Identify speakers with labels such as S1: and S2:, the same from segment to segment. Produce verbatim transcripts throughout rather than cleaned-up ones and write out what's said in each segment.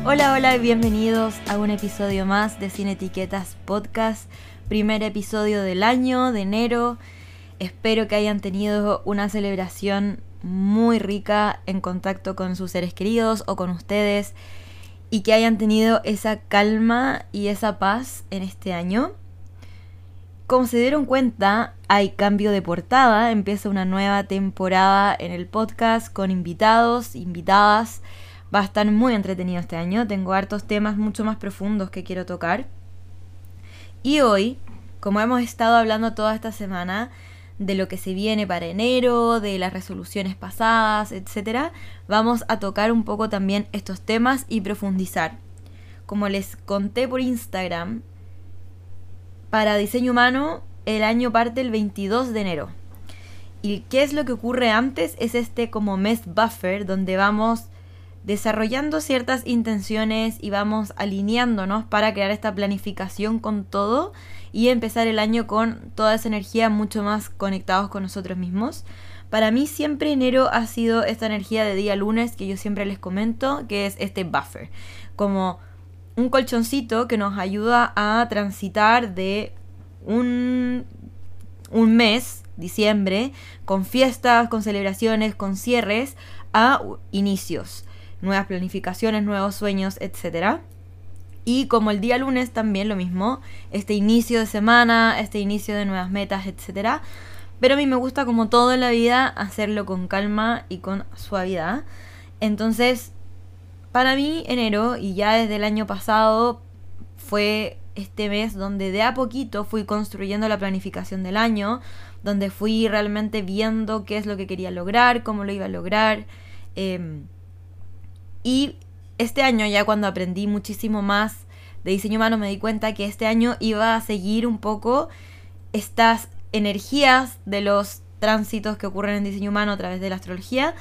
S1: Hola, hola y bienvenidos a un episodio más de Sin Etiquetas Podcast. Primer episodio del año, de enero. Espero que hayan tenido una celebración muy rica en contacto con sus seres queridos o con ustedes y que hayan tenido esa calma y esa paz en este año. Como se dieron cuenta, hay cambio de portada, empieza una nueva temporada en el podcast con invitados, invitadas. Va a estar muy entretenido este año, tengo hartos temas mucho más profundos que quiero tocar. Y hoy, como hemos estado hablando toda esta semana de lo que se viene para enero, de las resoluciones pasadas, etcétera, vamos a tocar un poco también estos temas y profundizar. Como les conté por Instagram, para Diseño Humano el año parte el veintidós de enero. ¿Y qué es lo que ocurre antes? Es este como mes buffer donde vamos desarrollando ciertas intenciones y vamos alineándonos para crear esta planificación con todo y empezar el año con toda esa energía mucho más conectados con nosotros mismos. Para mí siempre enero ha sido esta energía de día lunes que yo siempre les comento, que es este buffer, como un colchoncito que nos ayuda a transitar de un, un mes, diciembre, con fiestas, con celebraciones, con cierres, a inicios, nuevas planificaciones, nuevos sueños, etcétera. Y como el día lunes también lo mismo, este inicio de semana, este inicio de nuevas metas, etcétera. Pero a mí me gusta, como todo en la vida, hacerlo con calma y con suavidad. Entonces, para mí enero, y ya desde el año pasado, fue este mes donde de a poquito fui construyendo la planificación del año, donde fui realmente viendo qué es lo que quería lograr, cómo lo iba a lograr. Eh, y este año, ya cuando aprendí muchísimo más de diseño humano, me di cuenta que este año iba a seguir un poco estas energías de los tránsitos que ocurren en diseño humano a través de la astrología,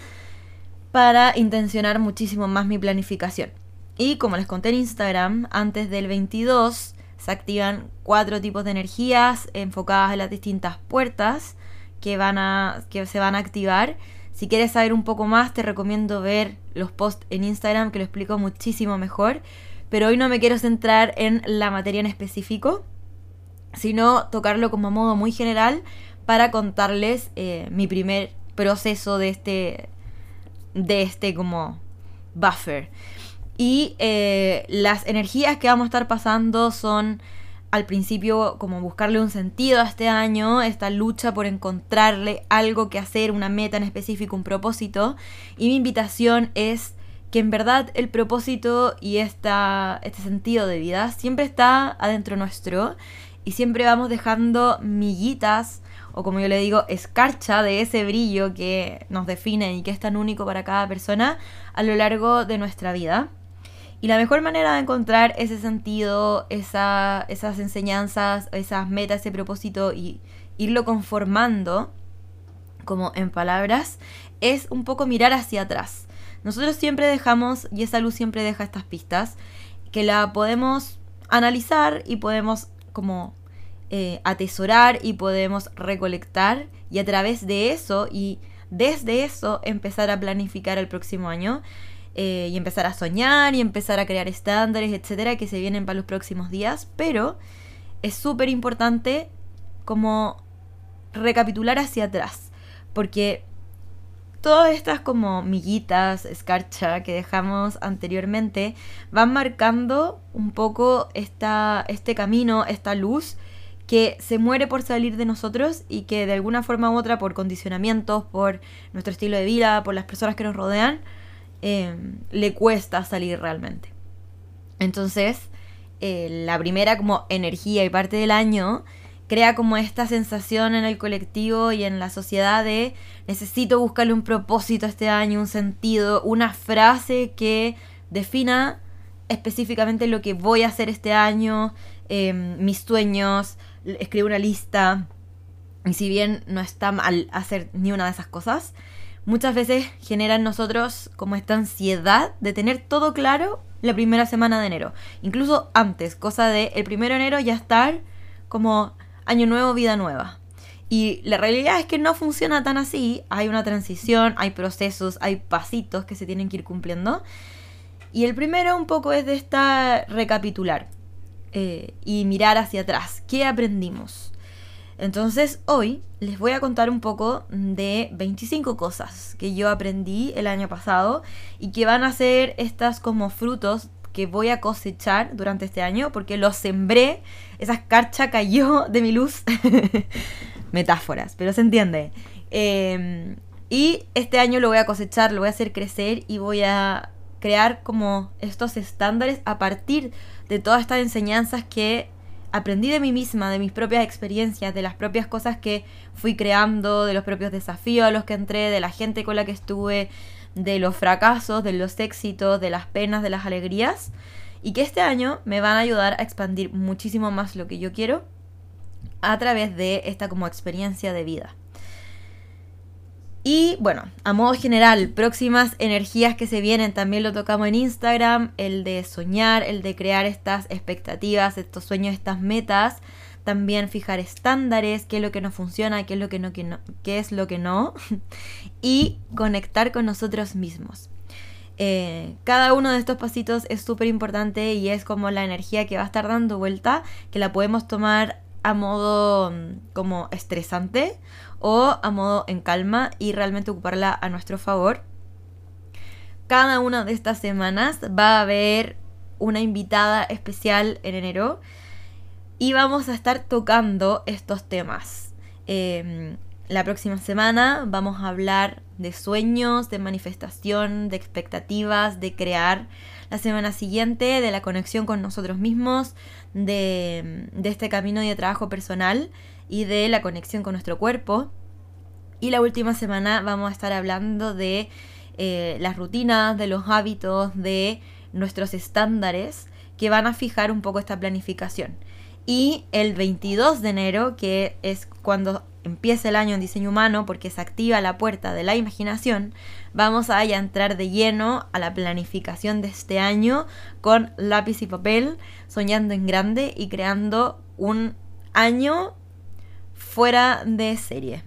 S1: para intencionar muchísimo más mi planificación. Y como les conté en Instagram, antes del veintidós se activan cuatro tipos de energías enfocadas en las distintas puertas que, van a, que se van a activar. Si quieres saber un poco más, te recomiendo ver los posts en Instagram que lo explico muchísimo mejor. Pero hoy no me quiero centrar en la materia en específico, sino tocarlo como a modo muy general para contarles eh, mi primer proceso de este... de este como buffer. Y eh, las energías que vamos a estar pasando son, al principio, como buscarle un sentido a este año, esta lucha por encontrarle algo que hacer, una meta en específico, un propósito. Y mi invitación es que en verdad el propósito y esta, este sentido de vida siempre está adentro nuestro, y siempre vamos dejando miguitas, o como yo le digo, escarcha de ese brillo que nos define y que es tan único para cada persona a lo largo de nuestra vida. Y la mejor manera de encontrar ese sentido, esa, esas enseñanzas, esas metas, ese propósito y irlo conformando como en palabras, es un poco mirar hacia atrás. Nosotros siempre dejamos, y esa luz siempre deja estas pistas, que la podemos analizar y podemos como Eh, atesorar y podemos recolectar, y a través de eso y desde eso empezar a planificar el próximo año eh, y empezar a soñar y empezar a crear estándares, etcétera, que se vienen para los próximos días. Pero es súper importante como recapitular hacia atrás, porque todas estas como miguitas, escarcha que dejamos anteriormente van marcando un poco esta, este camino, esta luz que se muere por salir de nosotros y que de alguna forma u otra, por condicionamientos, por nuestro estilo de vida, por las personas que nos rodean, eh, le cuesta salir realmente. Entonces, eh, la primera como energía y parte del año crea como esta sensación en el colectivo y en la sociedad de necesito buscarle un propósito a este año, un sentido, una frase que defina específicamente lo que voy a hacer este año, eh, mis sueños. Escribo una lista, y si bien no está mal hacer ni una de esas cosas, muchas veces genera en nosotros como esta ansiedad de tener todo claro la primera semana de enero, incluso antes, cosa de el primero de enero ya estar como año nuevo, vida nueva. Y la realidad es que no funciona tan así. Hay una transición, hay procesos, hay pasitos que se tienen que ir cumpliendo. Y el primero un poco es de esta recapitular eh, y mirar hacia atrás. ¿Qué aprendimos? Entonces hoy les voy a contar un poco de veinticinco cosas que yo aprendí el año pasado y que van a ser estas como frutos que voy a cosechar durante este año porque los sembré, esa escarcha cayó de mi luz. Metáforas, pero se entiende. Eh, y este año lo voy a cosechar, lo voy a hacer crecer y voy a crear como estos estándares a partir de todas estas enseñanzas que aprendí de mí misma, de mis propias experiencias, de las propias cosas que fui creando, de los propios desafíos a los que entré, de la gente con la que estuve, de los fracasos, de los éxitos, de las penas, de las alegrías, y que este año me van a ayudar a expandir muchísimo más lo que yo quiero a través de esta como experiencia de vida. Y bueno, a modo general, próximas energías que se vienen, también lo tocamos en Instagram, el de soñar, el de crear estas expectativas, estos sueños, estas metas, también fijar estándares, qué es lo que no funciona, qué es lo que no, qué no, qué es lo que no, y conectar con nosotros mismos. Eh, cada uno de estos pasitos es súper importante y es como la energía que va a estar dando vuelta, que la podemos tomar a modo como estresante o a modo en calma y realmente ocuparla a nuestro favor. Cada una de estas semanas va a haber una invitada especial en enero y vamos a estar tocando estos temas. Eh, la próxima semana vamos a hablar de sueños, de manifestación, de expectativas, de crear. La semana siguiente de la conexión con nosotros mismos, de, de este camino de trabajo personal y de la conexión con nuestro cuerpo. Y la última semana vamos a estar hablando de eh, las rutinas, de los hábitos, de nuestros estándares que van a fijar un poco esta planificación. Y el veintidós de enero, que es cuando empieza el año en diseño humano, porque se activa la puerta de la imaginación, vamos a ya entrar de lleno a la planificación de este año con lápiz y papel, soñando en grande y creando un año fuera de serie.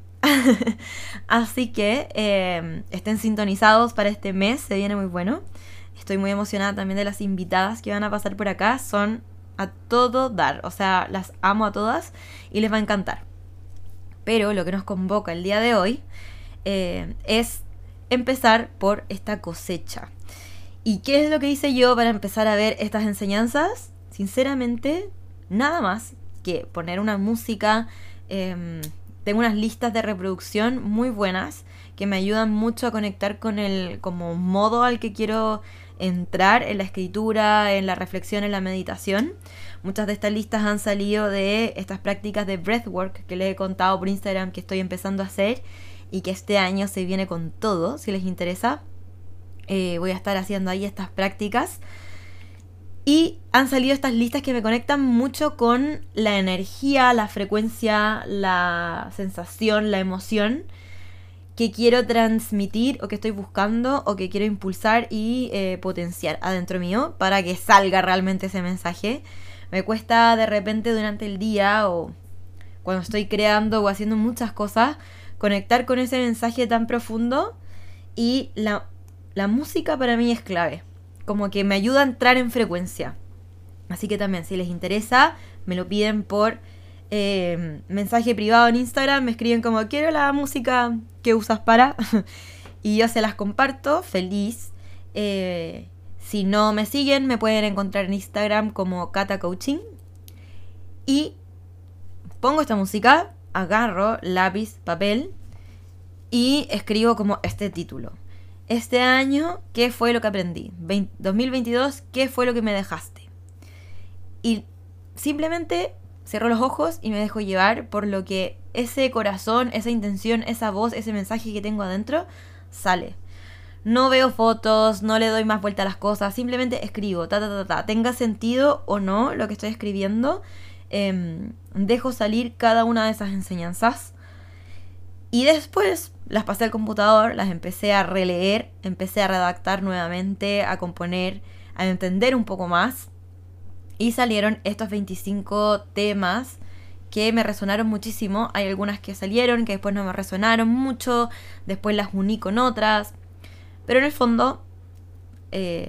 S1: Así que eh, estén sintonizados para este mes, se viene muy bueno. Estoy muy emocionada también de las invitadas que van a pasar por acá, son a todo dar, o sea, las amo a todas y les va a encantar. Pero lo que nos convoca el día de hoy eh, es empezar por esta cosecha. ¿Y qué es lo que hice yo para empezar a ver estas enseñanzas? Sinceramente, nada más que poner una música. Eh, tengo unas listas de reproducción muy buenas que me ayudan mucho a conectar con el como modo al que quiero entrar en la escritura, en la reflexión, en la meditación. Muchas de estas listas han salido de estas prácticas de breathwork que les he contado por Instagram que estoy empezando a hacer y que este año se viene con todo. Si les interesa, eh, voy a estar haciendo ahí estas prácticas. Y han salido estas listas que me conectan mucho con la energía, la frecuencia, la sensación, la emoción que quiero transmitir o que estoy buscando o que quiero impulsar y eh, potenciar adentro mío para que salga realmente ese mensaje. Me cuesta de repente durante el día o cuando estoy creando o haciendo muchas cosas conectar con ese mensaje tan profundo y la, la música para mí es clave. Como que me ayuda a entrar en frecuencia. Así que también, si les interesa, me lo piden por eh, mensaje privado en Instagram. Me escriben como, quiero la música que usas para. Y yo se las comparto, feliz. Eh, si no me siguen, me pueden encontrar en Instagram como Cata Coaching. Y pongo esta música, agarro lápiz, papel y escribo como este título. Este año, ¿qué fue lo que aprendí? dos mil veintidós, ¿qué fue lo que me dejaste? Y simplemente cierro los ojos y me dejo llevar por lo que ese corazón, esa intención, esa voz, ese mensaje que tengo adentro sale. No veo fotos, no le doy más vuelta a las cosas, simplemente escribo, ta, ta, ta, ta. Tenga sentido o no lo que estoy escribiendo, eh, dejo salir cada una de esas enseñanzas. Y después las pasé al computador, las empecé a releer, empecé a redactar nuevamente, a componer, a entender un poco más. Y salieron estos veinticinco temas que me resonaron muchísimo. Hay algunas que salieron que después no me resonaron mucho, después las uní con otras. Pero en el fondo eh,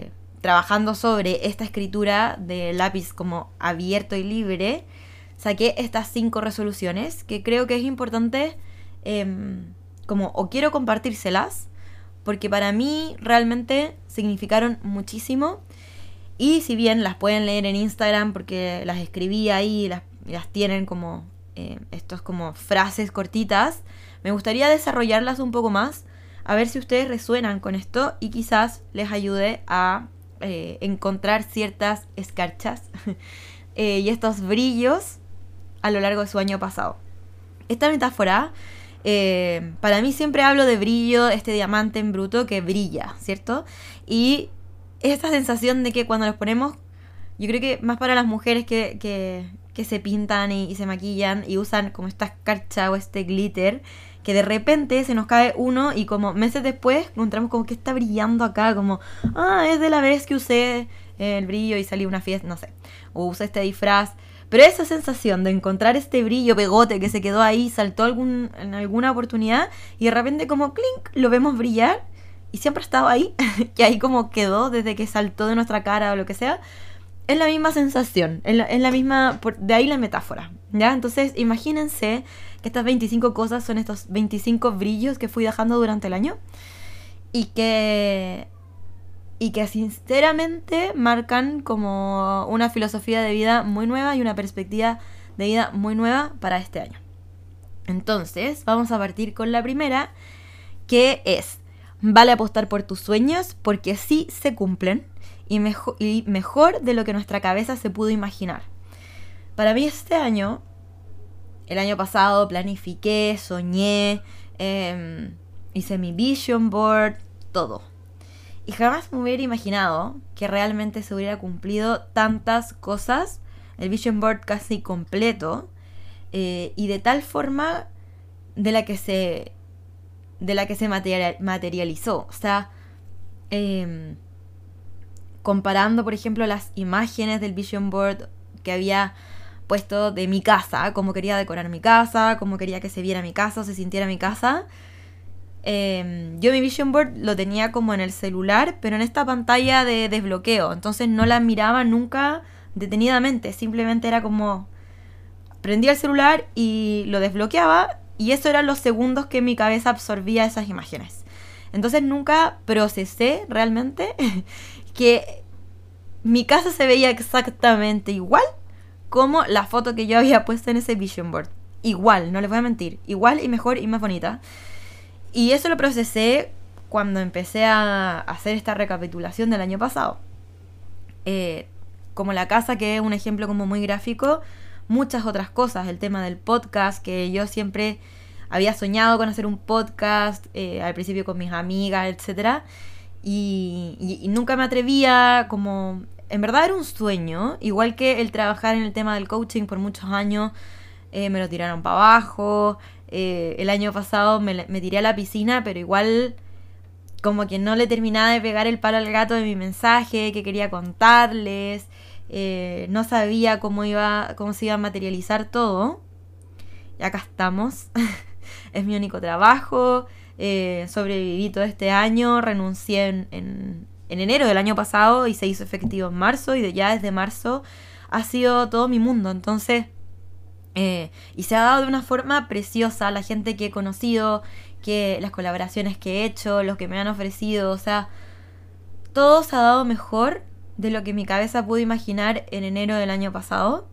S1: trabajando sobre esta escritura de lápiz como abierto y libre, saqué estas cinco resoluciones que creo que es importante eh, como o quiero compartírselas porque para mí realmente significaron muchísimo. Y si bien las pueden leer en Instagram porque las escribí ahí y las, las tienen como eh, estos como frases cortitas, me gustaría desarrollarlas un poco más, a ver si ustedes resuenan con esto y quizás les ayude a eh, encontrar ciertas escarchas eh, y estos brillos a lo largo de su año pasado. Esta metáfora, eh, para mí siempre hablo de brillo, este diamante en bruto que brilla, ¿cierto? Y esta sensación de que cuando los ponemos, yo creo que más para las mujeres que, que, que se pintan y, y se maquillan y usan como esta escarcha o este glitter, que de repente se nos cae uno y como meses después encontramos como que está brillando acá, como, ah, es de la vez que usé el brillo y salí a una fiesta, no sé, o usé este disfraz. Pero esa sensación de encontrar este brillo pegote que se quedó ahí, saltó algún, en alguna oportunidad y de repente como clink, lo vemos brillar y siempre ha estado ahí, y ahí como quedó desde que saltó de nuestra cara o lo que sea, es la misma sensación, es la, es la misma, por, de ahí la metáfora, ¿ya? Entonces imagínense que estas veinticinco cosas son estos veinticinco brillos que fui dejando durante el año y que, y que sinceramente marcan como una filosofía de vida muy nueva y una perspectiva de vida muy nueva para este año. Entonces vamos a partir con la primera, que es: vale apostar por tus sueños porque sí se cumplen y, mejo- y mejor de lo que nuestra cabeza se pudo imaginar. Para mí este año, el año pasado planifiqué, soñé, eh, hice mi vision board, todo. Y jamás me hubiera imaginado que realmente se hubiera cumplido tantas cosas, el vision board casi completo, eh, y de tal forma de la que se... de la que se material, materializó. O sea, eh, comparando, por ejemplo, las imágenes del vision board que había puesto de mi casa, cómo quería decorar mi casa, cómo quería que se viera mi casa o se sintiera mi casa. Eh, yo mi vision board lo tenía como en el celular, pero en esta pantalla de desbloqueo. Entonces no la miraba nunca detenidamente. Simplemente era como... prendía el celular y lo desbloqueaba. Y eso eran los segundos que mi cabeza absorbía esas imágenes. Entonces nunca procesé realmente que mi casa se veía exactamente igual como la foto que yo había puesto en ese vision board. Igual, no les voy a mentir. Igual y mejor y más bonita. Y eso lo procesé cuando empecé a hacer esta recapitulación del año pasado. Eh, como la casa, que es un ejemplo como muy gráfico, muchas otras cosas, el tema del podcast, que yo siempre había soñado con hacer un podcast, eh, al principio con mis amigas, etcétera, y, y, y nunca me atrevía, como, en verdad era un sueño, igual que el trabajar en el tema del coaching por muchos años, eh, me lo tiraron para abajo, eh, el año pasado me, me tiré a la piscina, pero igual como que no le terminaba de pegar el palo al gato de mi mensaje, que quería contarles. Eh, no sabía cómo iba, cómo se iba a materializar todo. Y acá estamos. Es mi único trabajo. Eh, sobreviví todo este año. Renuncié en, en, en enero del año pasado y se hizo efectivo en marzo. Y de, ya desde marzo ha sido todo mi mundo. Entonces, eh, y se ha dado de una forma preciosa. La gente que he conocido, que las colaboraciones que he hecho, los que me han ofrecido. O sea, todo se ha dado mejor de lo que mi cabeza pudo imaginar en enero del año pasado.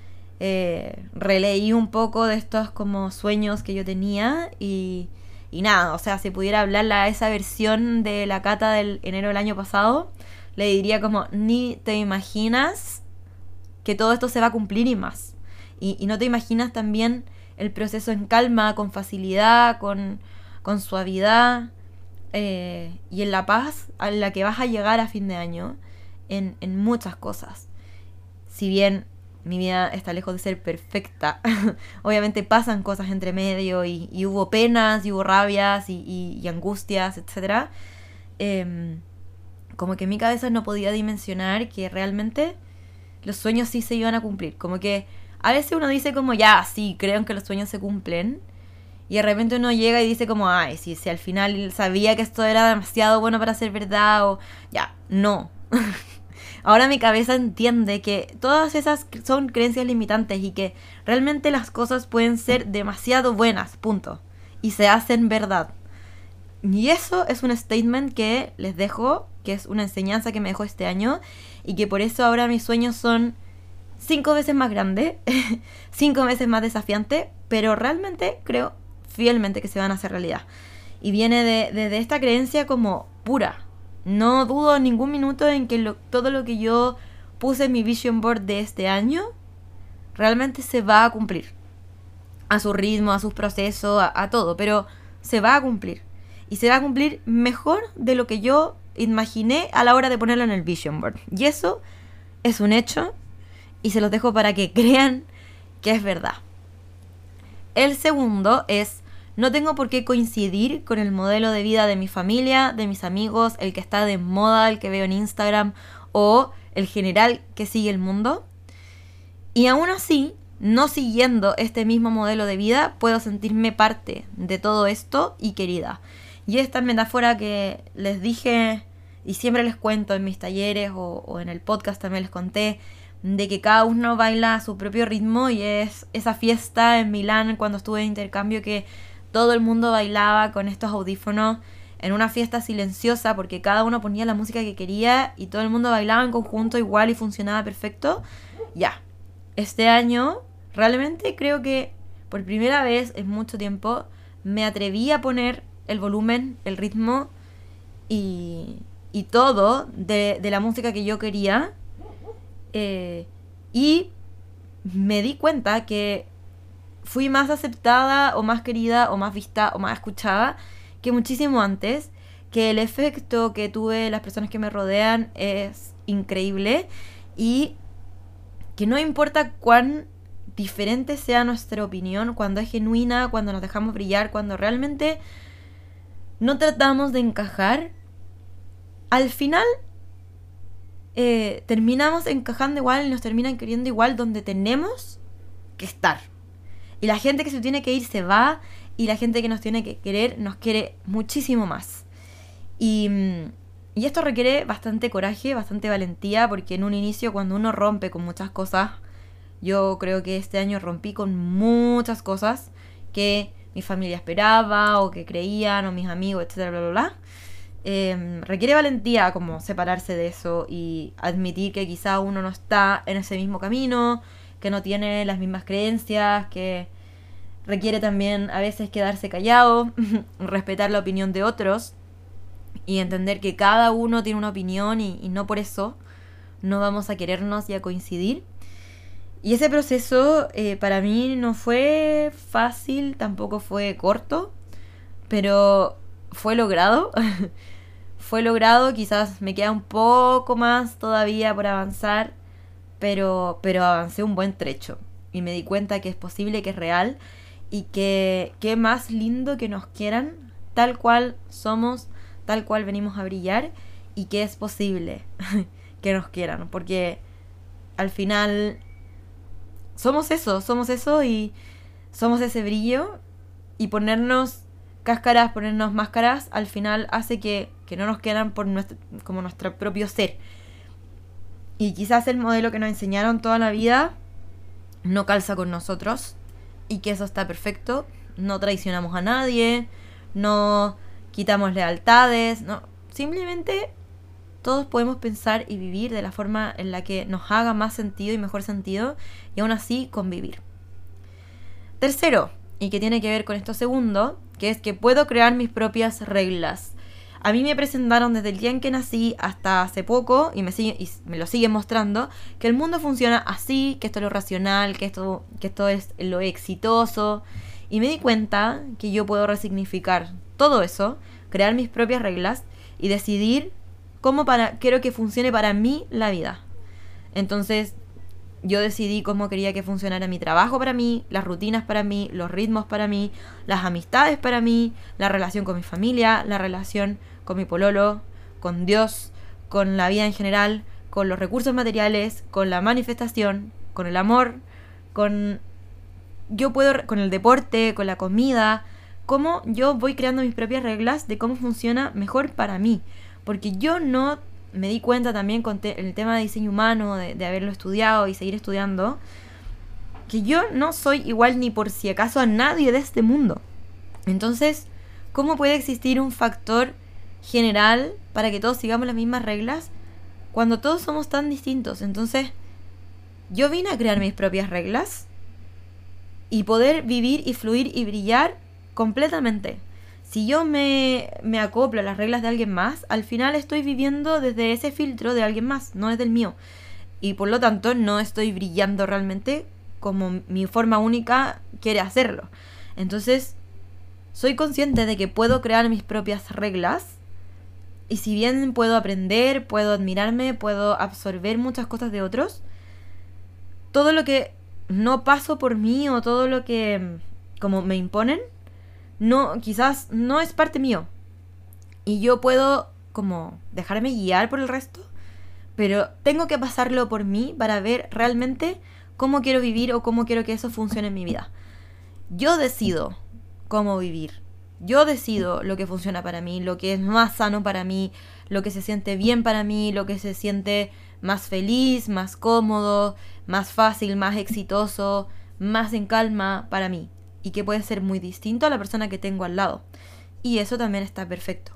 S1: Eh, releí un poco de estos como sueños que yo tenía y, y nada, o sea, si pudiera hablarle a esa versión de la Cata del enero del año pasado, le diría como, ni te imaginas que todo esto se va a cumplir y más. Y, y no te imaginas también el proceso en calma, con facilidad, con, con suavidad, eh, y en la paz a la que vas a llegar a fin de año. En, en muchas cosas. Si bien mi vida está lejos de ser perfecta, obviamente pasan cosas entre medio y, y hubo penas y hubo rabias y, y, y angustias, etcétera. Eh, como que mi cabeza no podía dimensionar que realmente los sueños sí se iban a cumplir. Como que a veces uno dice como, ya, sí, creo que los sueños se cumplen. Y de repente uno llega y dice como, ay, si, si al final sabía que esto era demasiado bueno para ser verdad, o ya, no. Ahora mi cabeza entiende que todas esas son creencias limitantes y que realmente las cosas pueden ser demasiado buenas, punto. Y se hacen verdad. Y eso es un statement que les dejo, que es una enseñanza que me dejó este año y que por eso ahora mis sueños son cinco veces más grandes, cinco veces más desafiantes, pero realmente creo fielmente que se van a hacer realidad. Y viene de, de, de esta creencia como pura. No dudo en ningún minuto en que lo, todo lo que yo puse en mi vision board de este año realmente se va a cumplir. A su ritmo, a sus procesos, a, a todo, pero se va a cumplir. Y se va a cumplir mejor de lo que yo imaginé a la hora de ponerlo en el vision board. Y eso es un hecho y se los dejo para que crean que es verdad. El segundo es: no tengo por qué coincidir con el modelo de vida de mi familia, de mis amigos, el que está de moda, el que veo en Instagram o el general que sigue el mundo. Y aún así, no siguiendo este mismo modelo de vida, puedo sentirme parte de todo esto y querida. Y esta metáfora que les dije y siempre les cuento en mis talleres o, o en el podcast también les conté, de que cada uno baila a su propio ritmo, y es esa fiesta en Milán cuando estuve de intercambio que todo el mundo bailaba con estos audífonos en una fiesta silenciosa porque cada uno ponía la música que quería y todo el mundo bailaba en conjunto igual y funcionaba perfecto. Ya, este año realmente creo que por primera vez en mucho tiempo me atreví a poner el volumen, el ritmo y, y todo de, de la música que yo quería. Eh, y me di cuenta que fui más aceptada o más querida o más vista o más escuchada que muchísimo antes, que el efecto que tuve las personas que me rodean es increíble y que no importa cuán diferente sea nuestra opinión, cuando es genuina, cuando nos dejamos brillar, cuando realmente no tratamos de encajar, al final eh, terminamos encajando igual y nos terminan queriendo igual donde tenemos que estar. Y la gente que se tiene que ir se va, y la gente que nos tiene que querer nos quiere muchísimo más. Y, y esto requiere bastante coraje, bastante valentía, porque en un inicio cuando uno rompe con muchas cosas, yo creo que este año rompí con muchas cosas que mi familia esperaba o que creían o mis amigos, etcétera, bla, bla, bla. Eh, requiere valentía como separarse de eso y admitir que quizá uno no está en ese mismo camino, que no tiene las mismas creencias, que requiere también a veces quedarse callado, respetar la opinión de otros y entender que cada uno tiene una opinión y, y no por eso no vamos a querernos y a coincidir. Y ese proceso eh, para mí no fue fácil, tampoco fue corto, pero fue logrado. Fue logrado, quizás me queda un poco más todavía por avanzar, pero, pero avancé un buen trecho. Y me di cuenta que es posible, que es real, y que qué más lindo que nos quieran tal cual somos, tal cual venimos a brillar, y que es posible que nos quieran, porque al final somos eso, somos eso y somos ese brillo, y ponernos cáscaras, ponernos máscaras, al final hace que, que no nos quieran por nuestro, como nuestro propio ser. Y quizás el modelo que nos enseñaron toda la vida no calza con nosotros, y que eso está perfecto. No traicionamos a nadie, no quitamos lealtades, no, simplemente todos podemos pensar y vivir de la forma en la que nos haga más sentido y mejor sentido, y aún así convivir. Tercero, y que tiene que ver con esto segundo, que es que puedo crear mis propias reglas. A mí me presentaron desde el día en que nací hasta hace poco, y me, sigue, y me lo siguen mostrando, que el mundo funciona así, que esto es lo racional, que esto, que esto es lo exitoso. Y me di cuenta que yo puedo resignificar todo eso, crear mis propias reglas y decidir cómo para, quiero que funcione para mí la vida. Entonces yo decidí cómo quería que funcionara mi trabajo para mí, las rutinas para mí, los ritmos para mí, las amistades para mí, la relación con mi familia, la relación con mi pololo, con Dios, con la vida en general, con los recursos materiales, con la manifestación, con el amor, con yo puedo con el deporte, con la comida, cómo yo voy creando mis propias reglas de cómo funciona mejor para mí, porque yo no me di cuenta también con te- el tema de diseño humano, de, de haberlo estudiado y seguir estudiando, que yo no soy igual ni por si acaso a nadie de este mundo. Entonces, ¿cómo puede existir un factor general para que todos sigamos las mismas reglas cuando todos somos tan distintos? Entonces, yo vine a crear mis propias reglas y poder vivir y fluir y brillar completamente. Si yo me, me acoplo a las reglas de alguien más, al final estoy viviendo desde ese filtro de alguien más, no desde el mío. Y por lo tanto no estoy brillando realmente como mi forma única quiere hacerlo. Entonces, soy consciente de que puedo crear mis propias reglas. Y si bien puedo aprender, puedo admirarme, puedo absorber muchas cosas de otros, todo lo que no paso por mí o todo lo que como me imponen, no, quizás no es parte mío. Y yo puedo como dejarme guiar por el resto, pero tengo que pasarlo por mí para ver realmente cómo quiero vivir o cómo quiero que eso funcione en mi vida. Yo decido cómo vivir. Yo decido lo que funciona para mí, lo que es más sano para mí, lo que se siente bien para mí, lo que se siente más feliz, más cómodo, más fácil, más exitoso, más en calma para mí. Y que puede ser muy distinto a la persona que tengo al lado. Y eso también está perfecto.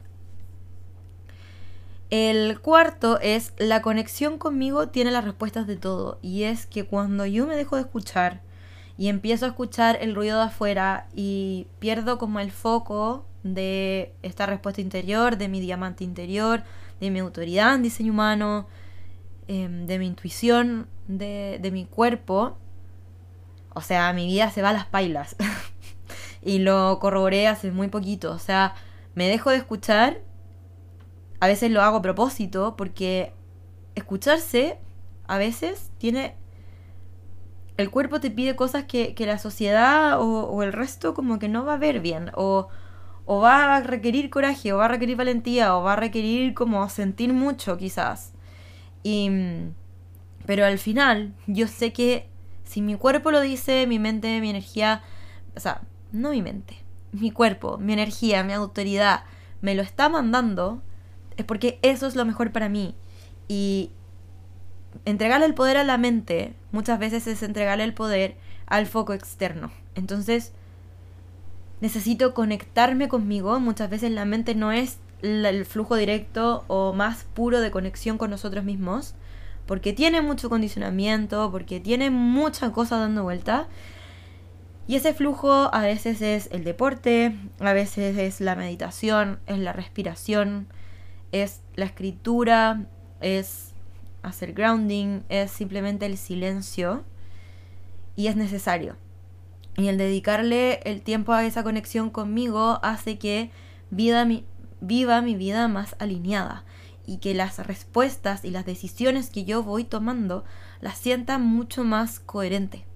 S1: El cuarto es: la conexión conmigo tiene las respuestas de todo. Y es que cuando yo me dejo de escuchar y empiezo a escuchar el ruido de afuera y pierdo como el foco de esta respuesta interior, de mi diamante interior, de mi autoridad en diseño humano, eh, de mi intuición, de, de mi cuerpo, o sea, mi vida se va a las pailas. Y lo corroboré hace muy poquito. O sea, me dejo de escuchar. A veces lo hago a propósito, porque escucharse a veces tiene... El cuerpo te pide cosas que, que la sociedad o, o el resto como que no va a ver bien. O, o va a requerir coraje, o va a requerir valentía, o va a requerir como sentir mucho quizás. Y, pero al final yo sé que si mi cuerpo lo dice, mi mente, mi energía... O sea, no mi mente. Mi cuerpo, mi energía, mi autoridad me lo está mandando, es porque eso es lo mejor para mí. Y entregarle el poder a la mente muchas veces es entregarle el poder al foco externo. Entonces necesito conectarme conmigo. Muchas veces la mente no es el flujo directo o más puro de conexión con nosotros mismos, porque tiene mucho condicionamiento, porque tiene mucha cosa dando vuelta. Y ese flujo a veces es el deporte, a veces es la meditación, es la respiración, es la escritura, es hacer grounding, es simplemente el silencio, y es necesario. Y el dedicarle el tiempo a esa conexión conmigo hace que vida mi, viva mi vida más alineada, y que las respuestas y las decisiones que yo voy tomando las sienta mucho más coherente.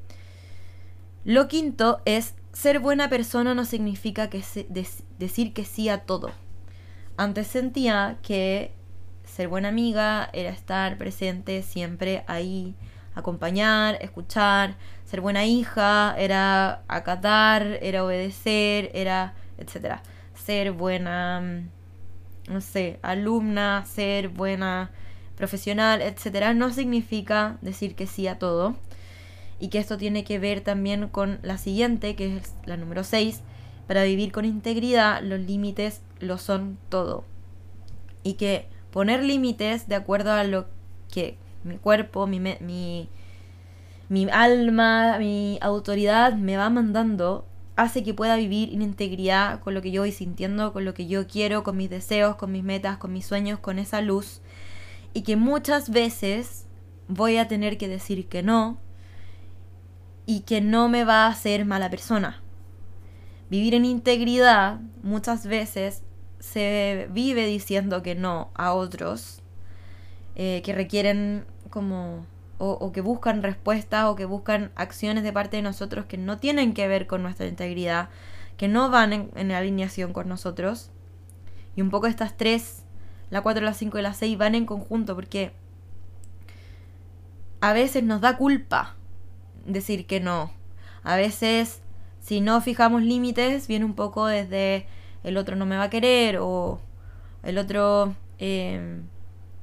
S1: Lo quinto es: ser buena persona no significa que se, des, decir que sí a todo. Antes sentía que ser buena amiga era estar presente siempre ahí, acompañar, escuchar. Ser buena hija era acatar, era obedecer, era etcétera. Ser buena, no sé, alumna, ser buena profesional, etcétera, no significa decir que sí a todo. Y que esto tiene que ver también con la siguiente, que es la número seis. Para vivir con integridad, los límites lo son todo. Y que poner límites de acuerdo a lo que mi cuerpo, mi, mi, mi alma, mi autoridad me va mandando, hace que pueda vivir en integridad con lo que yo voy sintiendo, con lo que yo quiero, con mis deseos, con mis metas, con mis sueños, con esa luz. Y que muchas veces voy a tener que decir que no, y que no me va a hacer mala persona. Vivir en integridad muchas veces se vive diciendo que no a otros eh, que requieren como o, o que buscan respuestas o que buscan acciones de parte de nosotros que no tienen que ver con nuestra integridad, que no van en, en alineación con nosotros. Y un poco estas tres, la cuatro, la cinco y la seis, van en conjunto, porque a veces nos da culpa decir que no. A veces, si no fijamos límites, viene un poco desde el otro no me va a querer, o el otro eh,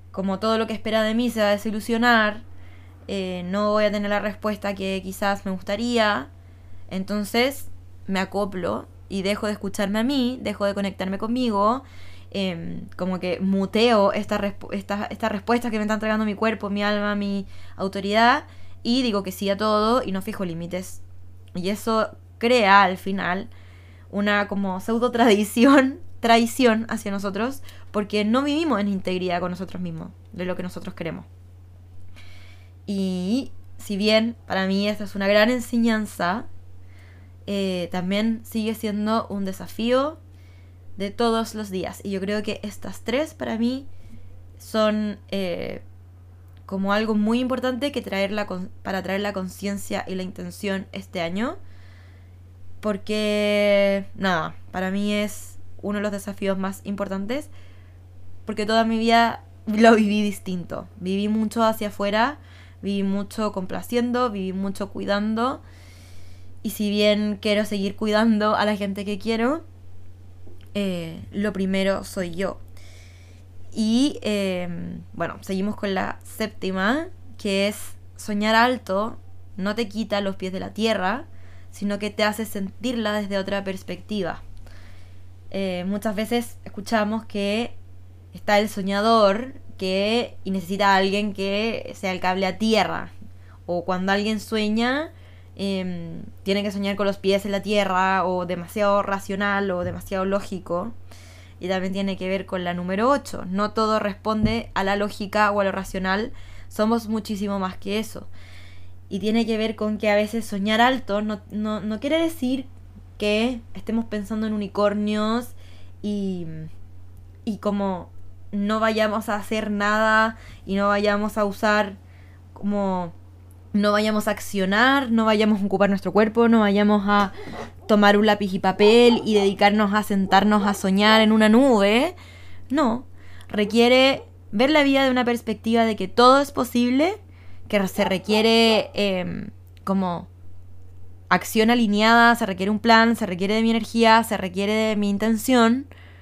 S1: como todo lo que espera de mí se va a desilusionar, eh, no voy a tener la respuesta que quizás me gustaría, entonces me acoplo y dejo de escucharme a mí, dejo de conectarme conmigo, eh, como que muteo esta resp- esta, esta respuesta que me está entregando mi cuerpo, mi alma, mi autoridad, y digo que sí a todo y no fijo límites. Y eso crea al final una como pseudo tradición, traición hacia nosotros, porque no vivimos en integridad con nosotros mismos, de lo que nosotros queremos. Y si bien para mí esta es una gran enseñanza, eh, también sigue siendo un desafío de todos los días. Y yo creo que estas tres para mí son eh, como algo muy importante que traer la con- para traer la conciencia y la intención este año. Porque, nada, para mí es uno de los desafíos más importantes. Porque toda mi vida lo viví distinto. Viví mucho hacia afuera, viví mucho complaciendo, viví mucho cuidando. Y si bien quiero seguir cuidando a la gente que quiero, eh, lo primero soy yo. Y eh, bueno, seguimos con la séptima, que es soñar alto no te quita los pies de la tierra, sino que te hace sentirla desde otra perspectiva. Eh, muchas veces escuchamos que está el soñador que y necesita a alguien que sea el cable a tierra. O cuando alguien sueña, eh, tiene que soñar con los pies en la tierra, o demasiado racional o demasiado lógico. Y también tiene que ver con la número ocho. No todo responde a la lógica o a lo racional. Somos muchísimo más que eso. Y tiene que ver con que a veces soñar alto no, no, no quiere decir que estemos pensando en unicornios y, y como no vayamos a hacer nada y no vayamos a usar como... no vayamos a accionar, no vayamos a ocupar nuestro cuerpo, no vayamos a tomar un lápiz y papel y dedicarnos a sentarnos a soñar en una nube. No, requiere ver la vida de una perspectiva de que todo es posible, que se requiere eh, como acción alineada, se requiere un plan, se requiere de mi energía, se requiere de mi intención,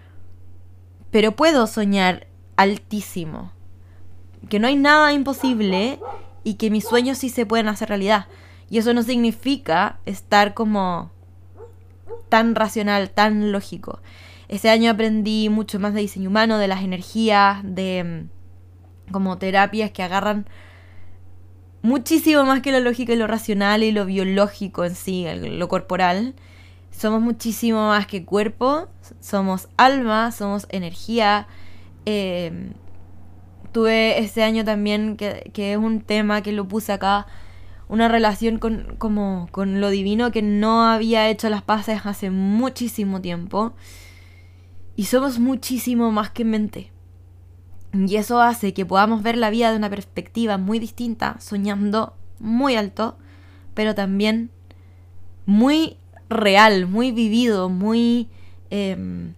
S1: pero puedo soñar altísimo, que no hay nada imposible y que mis sueños sí se pueden hacer realidad. Y eso no significa estar como tan racional, tan lógico. Ese año aprendí mucho más de diseño humano, de las energías, de como terapias que agarran muchísimo más que la lógica y lo racional y lo biológico en sí, lo corporal. Somos muchísimo más que cuerpo, somos alma, somos energía. Eh, tuve ese año también, que, que es un tema que lo puse acá, una relación con, como, con lo divino que no había hecho las paces hace muchísimo tiempo. Y somos muchísimo más que mente. Y eso hace que podamos ver la vida de una perspectiva muy distinta, soñando muy alto, pero también muy real, muy vivido, muy eh,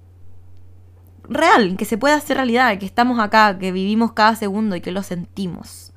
S1: real, que se puede hacer realidad, que estamos acá, que vivimos cada segundo y que lo sentimos.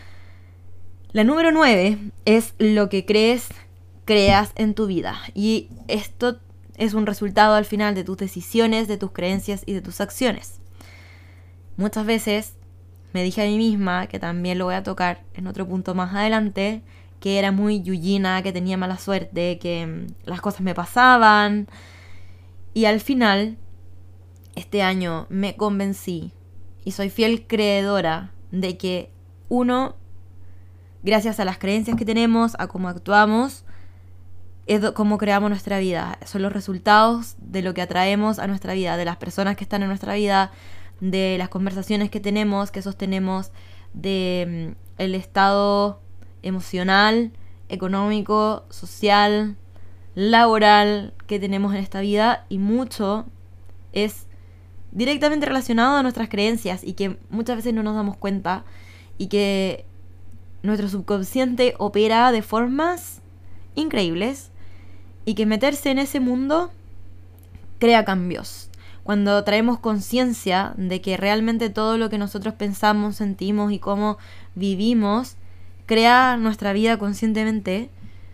S1: La número nueve es lo que crees, creas en tu vida. Y esto es un resultado al final de tus decisiones, de tus creencias y de tus acciones. Muchas veces me dije a mí misma, que también lo voy a tocar en otro punto más adelante, que era muy yuyina, que tenía mala suerte, que las cosas me pasaban. Y al final, este año me convencí y soy fiel creedora de que uno, gracias a las creencias que tenemos, a cómo actuamos, es cómo creamos nuestra vida. Son los resultados de lo que atraemos a nuestra vida, de las personas que están en nuestra vida, de las conversaciones que tenemos, que sostenemos, de mm, el estado emocional, económico, social, laboral que tenemos en esta vida, y mucho es directamente relacionado a nuestras creencias y que muchas veces no nos damos cuenta y que nuestro subconsciente opera de formas increíbles y que meterse en ese mundo crea cambios. Cuando traemos conciencia de que realmente todo lo que nosotros pensamos, sentimos y cómo vivimos crea nuestra vida conscientemente,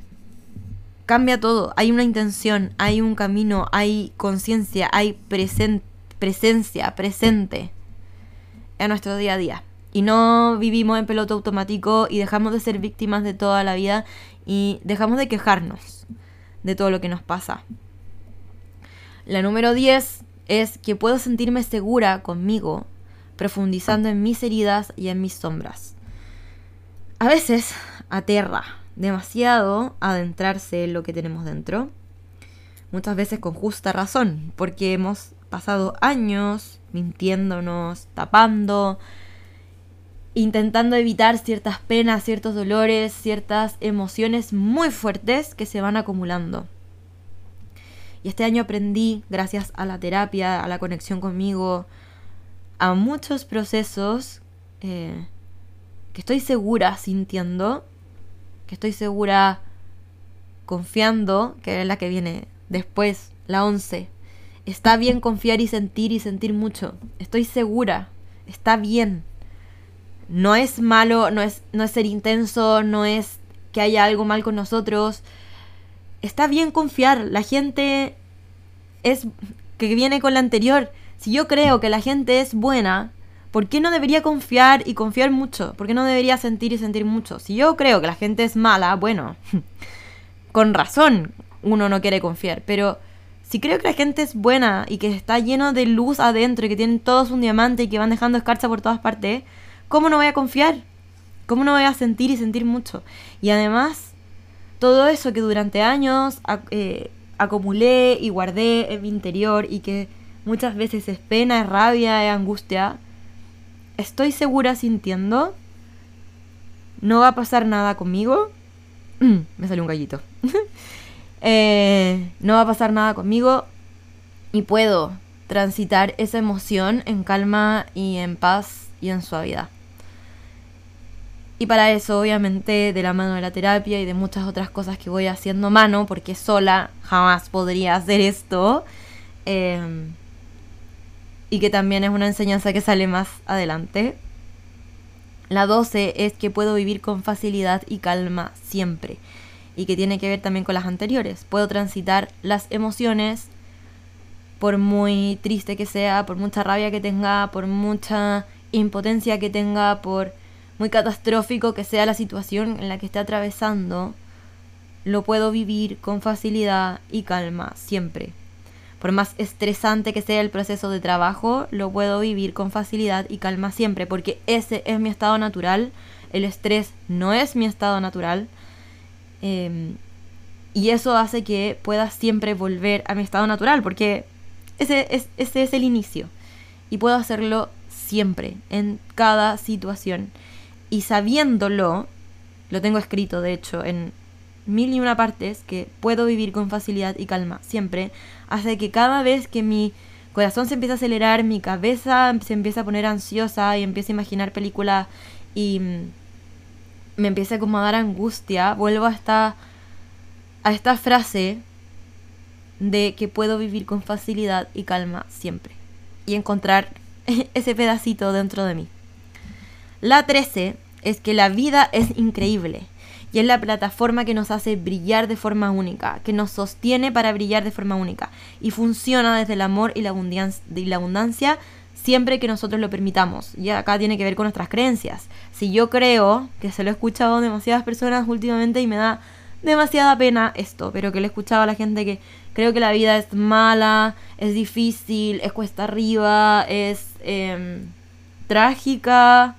S1: cambia todo. Hay una intención, hay un camino, hay conciencia, hay presen- presencia, presente. en nuestro día a día. Y no vivimos en piloto automático y dejamos de ser víctimas de toda la vida y dejamos de quejarnos de todo lo que nos pasa. La número diez es que puedo sentirme segura conmigo, profundizando en mis heridas y en mis sombras. A veces aterra demasiado adentrarse en lo que tenemos dentro. Muchas veces con justa razón, porque hemos pasado años mintiéndonos, tapando, intentando evitar ciertas penas, ciertos dolores, ciertas emociones muy fuertes que se van acumulando. Y este año aprendí, gracias a la terapia, a la conexión conmigo, a muchos procesos eh, que estoy segura sintiendo, que estoy segura confiando, que es la que viene después, la once. Está bien confiar y sentir y sentir mucho. Estoy segura, está bien. No es malo, no es, no es ser intenso, no es que haya algo mal con nosotros. Está bien confiar. La gente es que viene con la anterior. Si yo creo que la gente es buena, ¿por qué no debería confiar y confiar mucho? ¿Por qué no debería sentir y sentir mucho? Si yo creo que la gente es mala, bueno, con razón uno no quiere confiar. Pero si creo que la gente es buena y que está lleno de luz adentro y que tienen todos un diamante y que van dejando escarcha por todas partes, ¿cómo no voy a confiar? ¿Cómo no voy a sentir y sentir mucho? Y además, todo eso que durante años eh, acumulé y guardé en mi interior y que muchas veces es pena, es rabia, es angustia, estoy segura sintiendo, no va a pasar nada conmigo. Me salió un gallito. eh, no va a pasar nada conmigo y puedo transitar esa emoción en calma y en paz y en suavidad. Y para eso, obviamente, de la mano de la terapia y de muchas otras cosas que voy haciendo mano, porque sola jamás podría hacer esto, eh, y que también es una enseñanza que sale más adelante. La doce es que puedo vivir con facilidad y calma siempre, y que tiene que ver también con las anteriores. Puedo transitar las emociones, por muy triste que sea, por mucha rabia que tenga, por mucha impotencia que tenga, por muy catastrófico que sea la situación en la que esté atravesando, lo puedo vivir con facilidad y calma siempre. Por más estresante que sea el proceso de trabajo, lo puedo vivir con facilidad y calma siempre, porque ese es mi estado natural. El estrés no es mi estado natural. Eh, y eso hace que pueda siempre volver a mi estado natural, porque ese es, ese es el inicio. Y puedo hacerlo siempre, en cada situación. Y sabiéndolo, lo tengo escrito de hecho en mil y una partes, que puedo vivir con facilidad y calma siempre, hace que cada vez que mi corazón se empieza a acelerar, mi cabeza se empieza a poner ansiosa y empieza a imaginar películas y me empieza como a dar angustia, vuelvo a esta, a esta frase de que puedo vivir con facilidad y calma siempre y encontrar ese pedacito dentro de mí. La trece es que la vida es increíble y es la plataforma que nos hace brillar de forma única, que nos sostiene para brillar de forma única y funciona desde el amor y la abundancia, y la abundancia siempre que nosotros lo permitamos. Y acá tiene que ver con nuestras creencias. Si yo creo, que se lo he escuchado a demasiadas personas últimamente y me da demasiada pena esto, pero que le he escuchado a la gente que creo que la vida es mala, es difícil, es cuesta arriba, es eh, trágica.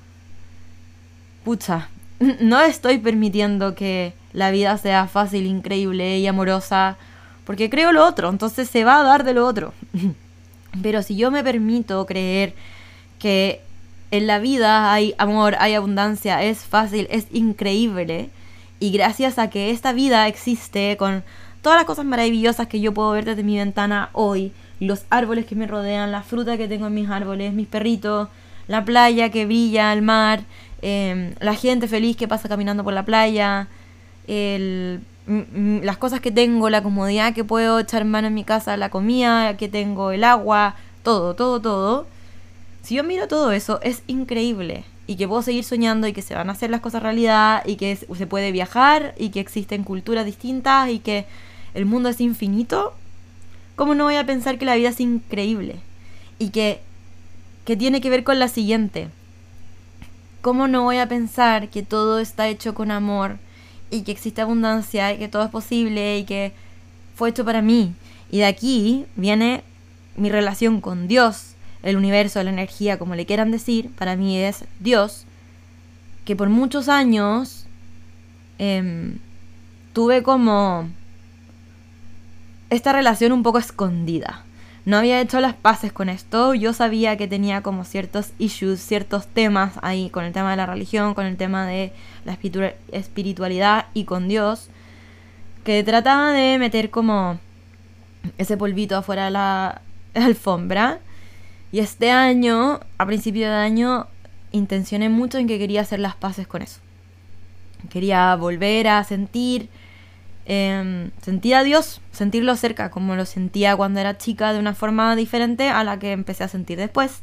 S1: Pucha, no estoy permitiendo que la vida sea fácil, increíble y amorosa, porque creo lo otro, entonces se va a dar de lo otro. Pero si yo me permito creer que en la vida hay amor, hay abundancia, es fácil, es increíble, y gracias a que esta vida existe con todas las cosas maravillosas que yo puedo ver desde mi ventana hoy, los árboles que me rodean, la fruta que tengo en mis árboles, mis perritos, la playa que brilla, el mar, eh, la gente feliz que pasa caminando por la playa, el, m- las cosas que tengo, la comodidad que puedo echar mano en mi casa, la comida que tengo, el agua, todo, todo, todo. Si yo miro todo eso, es increíble. Y que puedo seguir soñando y que se van a hacer las cosas realidad y que se puede viajar y que existen culturas distintas y que el mundo es infinito. ¿Cómo no voy a pensar que la vida es increíble? Y que que tiene que ver con la siguiente. ¿Cómo no voy a pensar que todo está hecho con amor y que existe abundancia y que todo es posible y que fue hecho para mí? Y de aquí viene mi relación con Dios, el universo, la energía, como le quieran decir. Para mí es Dios, que por muchos años eh, tuve como esta relación un poco escondida. No había hecho las paces con esto. Yo sabía que tenía como ciertos issues, ciertos temas ahí con el tema de la religión, con el tema de la espiritu- espiritualidad y con Dios, que trataba de meter como ese polvito afuera de la alfombra. Y este año, a principio de año, intencioné mucho en que quería hacer las paces con eso. Quería volver a sentir Eh, sentir a Dios, sentirlo cerca, como lo sentía cuando era chica, de una forma diferente a la que empecé a sentir después.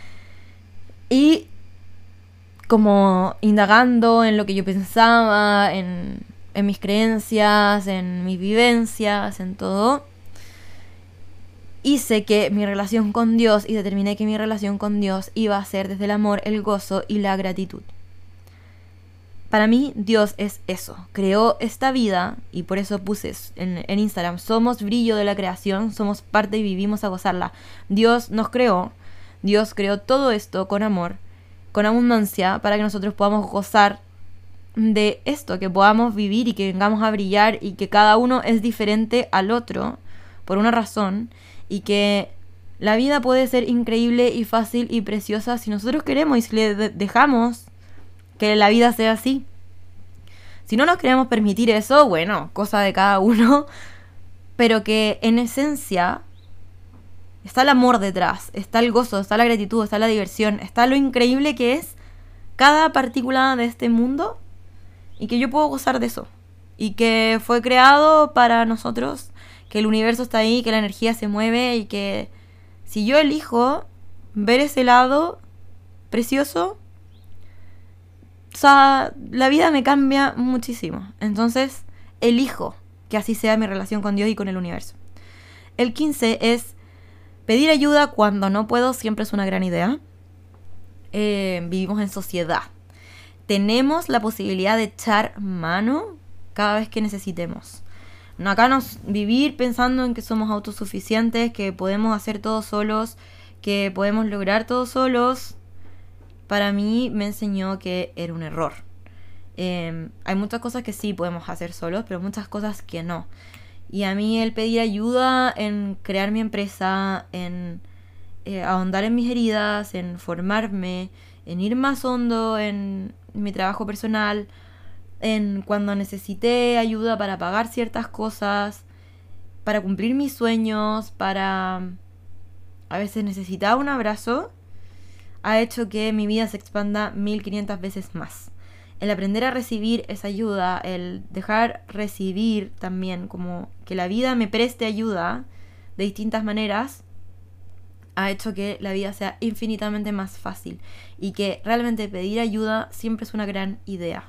S1: Y como indagando en lo que yo pensaba, en, en mis creencias, en mis vivencias, en todo, hice que mi relación con Dios, y determiné que mi relación con Dios iba a ser desde el amor, el gozo y la gratitud. Para mí, Dios es eso. Creó esta vida, y por eso puse en, en Instagram, somos brillo de la creación, somos parte y vivimos a gozarla. Dios nos creó, Dios creó todo esto con amor, con abundancia, para que nosotros podamos gozar de esto, que podamos vivir y que vengamos a brillar, y que cada uno es diferente al otro, por una razón, y que la vida puede ser increíble y fácil y preciosa si nosotros queremos y si le de- dejamos que la vida sea así. Si no nos queremos permitir eso, bueno, cosa de cada uno, pero que en esencia está el amor detrás, está el gozo, está la gratitud, está la diversión, está lo increíble que es cada partícula de este mundo, y que yo puedo gozar de eso, y que fue creado para nosotros, que el universo está ahí, que la energía se mueve, y que si yo elijo ver ese lado precioso, o sea, la vida me cambia muchísimo. Entonces, elijo que así sea mi relación con Dios y con el universo. El quince es pedir ayuda cuando no puedo, siempre es una gran idea. Eh, vivimos en sociedad. Tenemos la posibilidad de echar mano cada vez que necesitemos. No acá nos vivir pensando en que somos autosuficientes, que podemos hacer todo solos, que podemos lograr todo solos. Para mí me enseñó que era un error. Eh, hay muchas cosas que sí podemos hacer solos, pero muchas cosas que no. Y a mí el pedir ayuda en crear mi empresa, en eh, ahondar en mis heridas, en formarme, en ir más hondo en mi trabajo personal, en cuando necesité ayuda para pagar ciertas cosas, para cumplir mis sueños, para a veces necesitaba un abrazo, ha hecho que mi vida se expanda mil quinientas veces más. El aprender a recibir esa ayuda, el dejar recibir también, como que la vida me preste ayuda de distintas maneras, ha hecho que la vida sea infinitamente más fácil, y que realmente pedir ayuda siempre es una gran idea.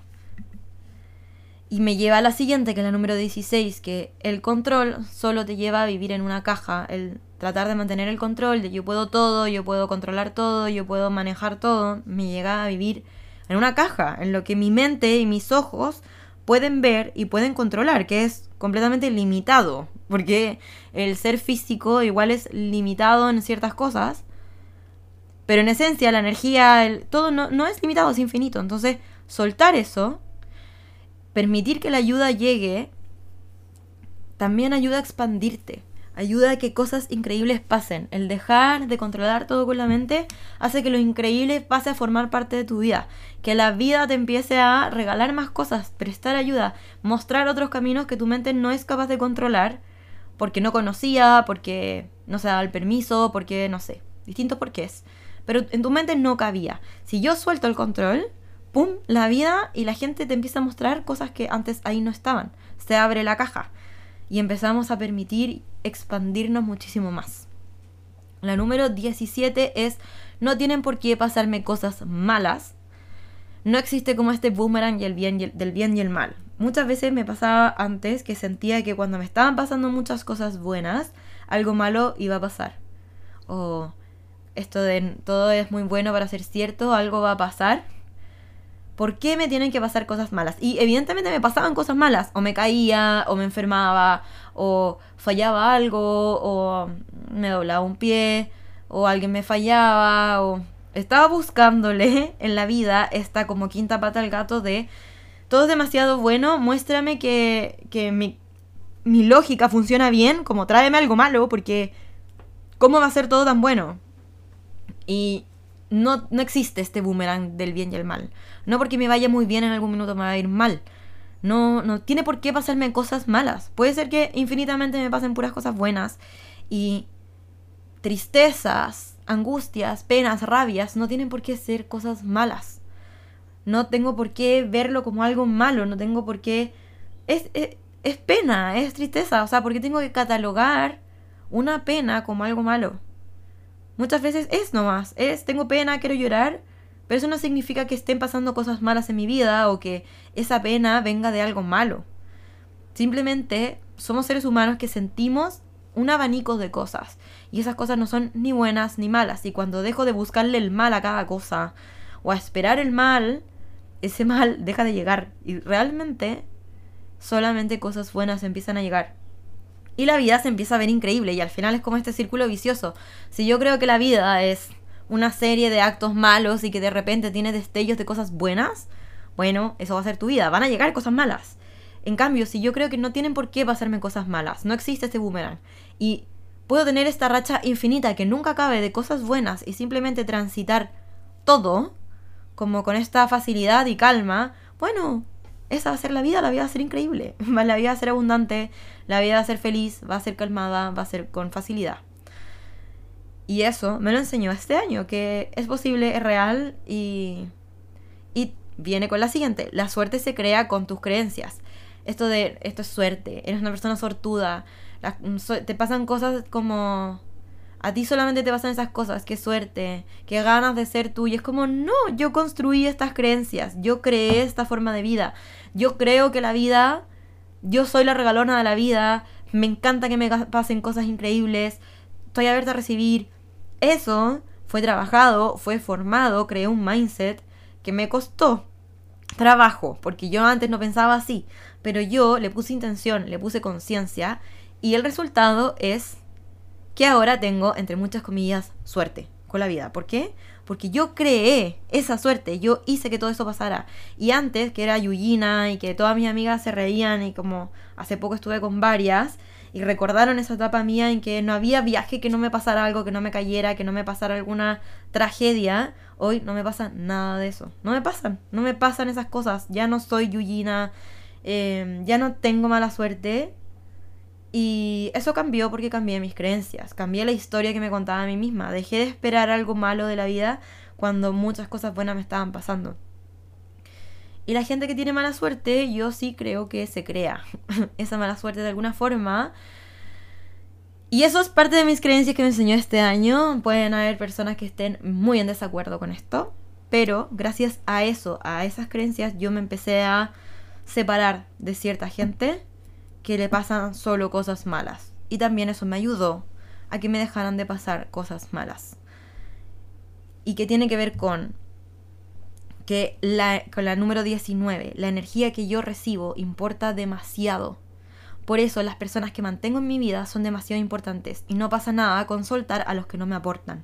S1: Y me lleva a la siguiente, que es la número dieciséis, que el control solo te lleva a vivir en una caja. El tratar de mantener el control de yo puedo todo, yo puedo controlar todo, yo puedo manejar todo, me llega a vivir en una caja, en lo que mi mente y mis ojos pueden ver y pueden controlar, que es completamente limitado, porque el ser físico igual es limitado en ciertas cosas, pero en esencia la energía, el, todo no, no es limitado, es infinito. Entonces, soltar eso, permitir que la ayuda llegue, también ayuda a expandirte, ayuda a que cosas increíbles pasen. El dejar de controlar todo con la mente hace que lo increíble pase a formar parte de tu vida, que la vida te empiece a regalar más cosas, prestar ayuda, mostrar otros caminos que tu mente no es capaz de controlar, porque no conocía, porque no se daba el permiso, porque no sé, distintos porqués, pero en tu mente no cabía. Si yo suelto el control, pum, la vida y la gente te empieza a mostrar cosas que antes ahí no estaban. Se abre la caja y empezamos a permitir expandirnos muchísimo más. La número diecisiete es: no tienen por qué pasarme cosas malas. No existe como este boomerang y el bien y el, del bien y el mal. Muchas veces me pasaba antes que sentía que cuando me estaban pasando muchas cosas buenas, algo malo iba a pasar. O esto de todo es muy bueno para ser cierto, algo va a pasar. ¿Por qué me tienen que pasar cosas malas? Y evidentemente me pasaban cosas malas. O me caía, o me enfermaba, o fallaba algo, o me doblaba un pie, o alguien me fallaba, o... Estaba buscándole en la vida esta como quinta pata al gato de todo es demasiado bueno, muéstrame que, que mi, mi lógica funciona bien, como tráeme algo malo, porque ¿cómo va a ser todo tan bueno? Y no, no existe este boomerang del bien y el mal. No porque me vaya muy bien en algún minuto me va a ir mal. No, no tiene por qué pasarme cosas malas. Puede ser que infinitamente me pasen puras cosas buenas. Y tristezas, angustias, penas, rabias no tienen por qué ser cosas malas. No tengo por qué verlo como algo malo. No tengo por qué... Es, es, es pena, es tristeza. O sea, ¿por qué tengo que catalogar una pena como algo malo? Muchas veces es nomás. Es, tengo pena, quiero llorar. Pero eso no significa que estén pasando cosas malas en mi vida o que esa pena venga de algo malo. Simplemente somos seres humanos que sentimos un abanico de cosas. Y esas cosas no son ni buenas ni malas. Y cuando dejo de buscarle el mal a cada cosa o a esperar el mal, ese mal deja de llegar. Y realmente solamente cosas buenas empiezan a llegar. Y la vida se empieza a ver increíble. Y al final es como este círculo vicioso. Si yo creo que la vida es una serie de actos malos y que de repente tiene destellos de cosas buenas, bueno, eso va a ser tu vida. Van a llegar cosas malas. En cambio, si yo creo que no tienen por qué pasarme cosas malas, no existe este boomerang, y puedo tener esta racha infinita que nunca acabe de cosas buenas y simplemente transitar todo, como con esta facilidad y calma, bueno, esa va a ser la vida, la vida va a ser increíble. La vida va a ser abundante, la vida va a ser feliz, va a ser calmada, va a ser con facilidad. Y eso me lo enseñó este año, que es posible, es real y, y viene con la siguiente. La suerte se crea con tus creencias. Esto de, esto es suerte, eres una persona sortuda, la, te pasan cosas como... A ti solamente te pasan esas cosas, qué suerte, qué ganas de ser tú. Y es como, no, yo construí estas creencias, yo creé esta forma de vida. Yo creo que la vida, yo soy la regalona de la vida, me encanta que me pasen cosas increíbles, estoy abierta a recibir. Eso fue trabajado, fue formado, creé un mindset que me costó trabajo, porque yo antes no pensaba así, pero yo le puse intención, le puse conciencia, y el resultado es que ahora tengo, entre muchas comillas, suerte con la vida. ¿Por qué? Porque yo creé esa suerte, yo hice que todo eso pasara. Y antes, que era yuyina y que todas mis amigas se reían, y como hace poco estuve con varias y recordaron esa etapa mía en que no había viaje que no me pasara algo, que no me cayera, que no me pasara alguna tragedia. Hoy no me pasa nada de eso. No me pasan, no me pasan esas cosas. Ya no soy yuyina, eh, ya no tengo mala suerte. Y eso cambió porque cambié mis creencias, cambié la historia que me contaba a mí misma. Dejé de esperar algo malo de la vida cuando muchas cosas buenas me estaban pasando. Y la gente que tiene mala suerte, yo sí creo que se crea esa mala suerte de alguna forma. Y eso es parte de mis creencias que me enseñó este año. Pueden haber personas que estén muy en desacuerdo con esto, pero gracias a eso, a esas creencias, yo me empecé a separar de cierta gente que le pasan solo cosas malas. Y también eso me ayudó a que me dejaran de pasar cosas malas. Y que tiene que ver con que la, con la número diecinueve, la energía que yo recibo importa demasiado. Por eso las personas que mantengo en mi vida son demasiado importantes. Y no pasa nada con soltar a los que no me aportan.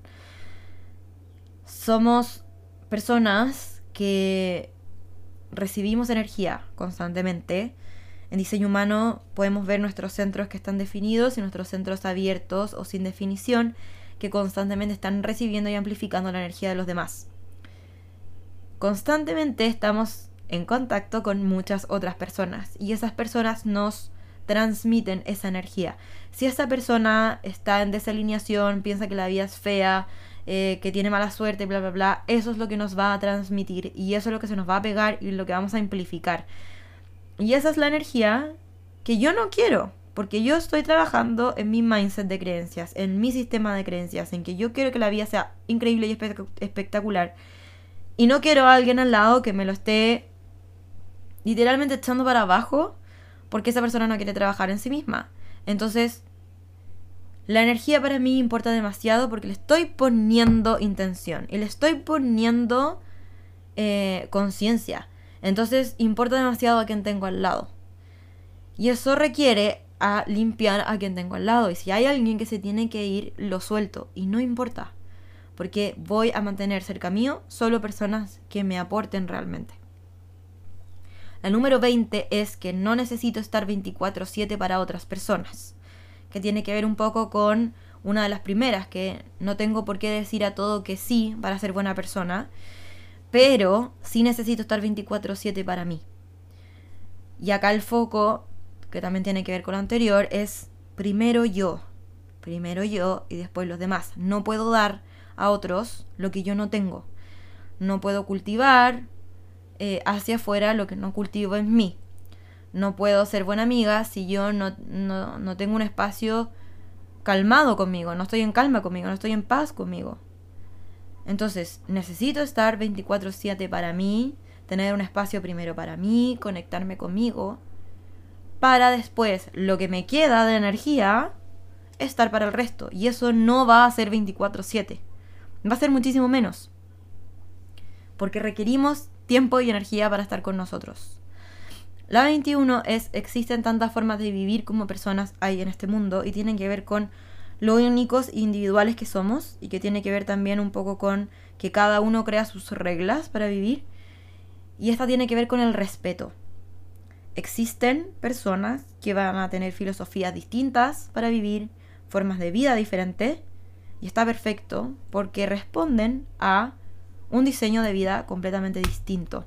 S1: Somos personas que recibimos energía constantemente. En diseño humano podemos ver nuestros centros que están definidos y nuestros centros abiertos o sin definición, que constantemente están recibiendo y amplificando la energía de los demás. Constantemente estamos en contacto con muchas otras personas y esas personas nos transmiten esa energía. Si esa persona está en desalineación, piensa que la vida es fea, eh, que tiene mala suerte, bla, bla, bla, eso es lo que nos va a transmitir y eso es lo que se nos va a pegar y lo que vamos a amplificar. Y esa es la energía que yo no quiero, porque yo estoy trabajando en mi mindset de creencias, en mi sistema de creencias, en que yo quiero que la vida sea increíble y espe- espectacular. Y no quiero a alguien al lado que me lo esté literalmente echando para abajo porque esa persona no quiere trabajar en sí misma. Entonces, La energía para mí importa demasiado porque le estoy poniendo intención y le estoy poniendo eh, conciencia. Entonces importa demasiado a quien tengo al lado. Y eso requiere a limpiar a quien tengo al lado. Y si hay alguien que se tiene que ir, lo suelto. Y no importa. Porque voy a mantener cerca mío solo personas que me aporten realmente. La número veinte es que no necesito estar veinticuatro siete para otras personas. Que tiene que ver un poco con una de las primeras, que no tengo por qué decir a todo que sí para ser buena persona, pero sí necesito estar veinticuatro siete para mí. Y acá el foco, que también tiene que ver con lo anterior, es primero yo, primero yo y después los demás. No puedo dar a otros lo que yo no tengo. No puedo cultivar eh, hacia afuera lo que no cultivo en mí. No puedo ser buena amiga si yo no, no, no tengo un espacio calmado conmigo, no estoy en calma conmigo, no estoy en paz conmigo. Entonces, necesito estar veinticuatro siete para mí, tener un espacio primero para mí, conectarme conmigo, para después, lo que me queda de energía, estar para el resto. Y eso no va a ser veinticuatro siete, va a ser muchísimo menos. Porque requerimos tiempo y energía para estar con nosotros. La veintiuno es, existen tantas formas de vivir como personas hay en este mundo y tienen que ver con lo únicos e individuales que somos y que tiene que ver también un poco con que cada uno crea sus reglas para vivir y esta tiene que ver con el respeto. Existen personas que van a tener filosofías distintas para vivir, formas de vida diferentes y está perfecto porque responden a un diseño de vida completamente distinto.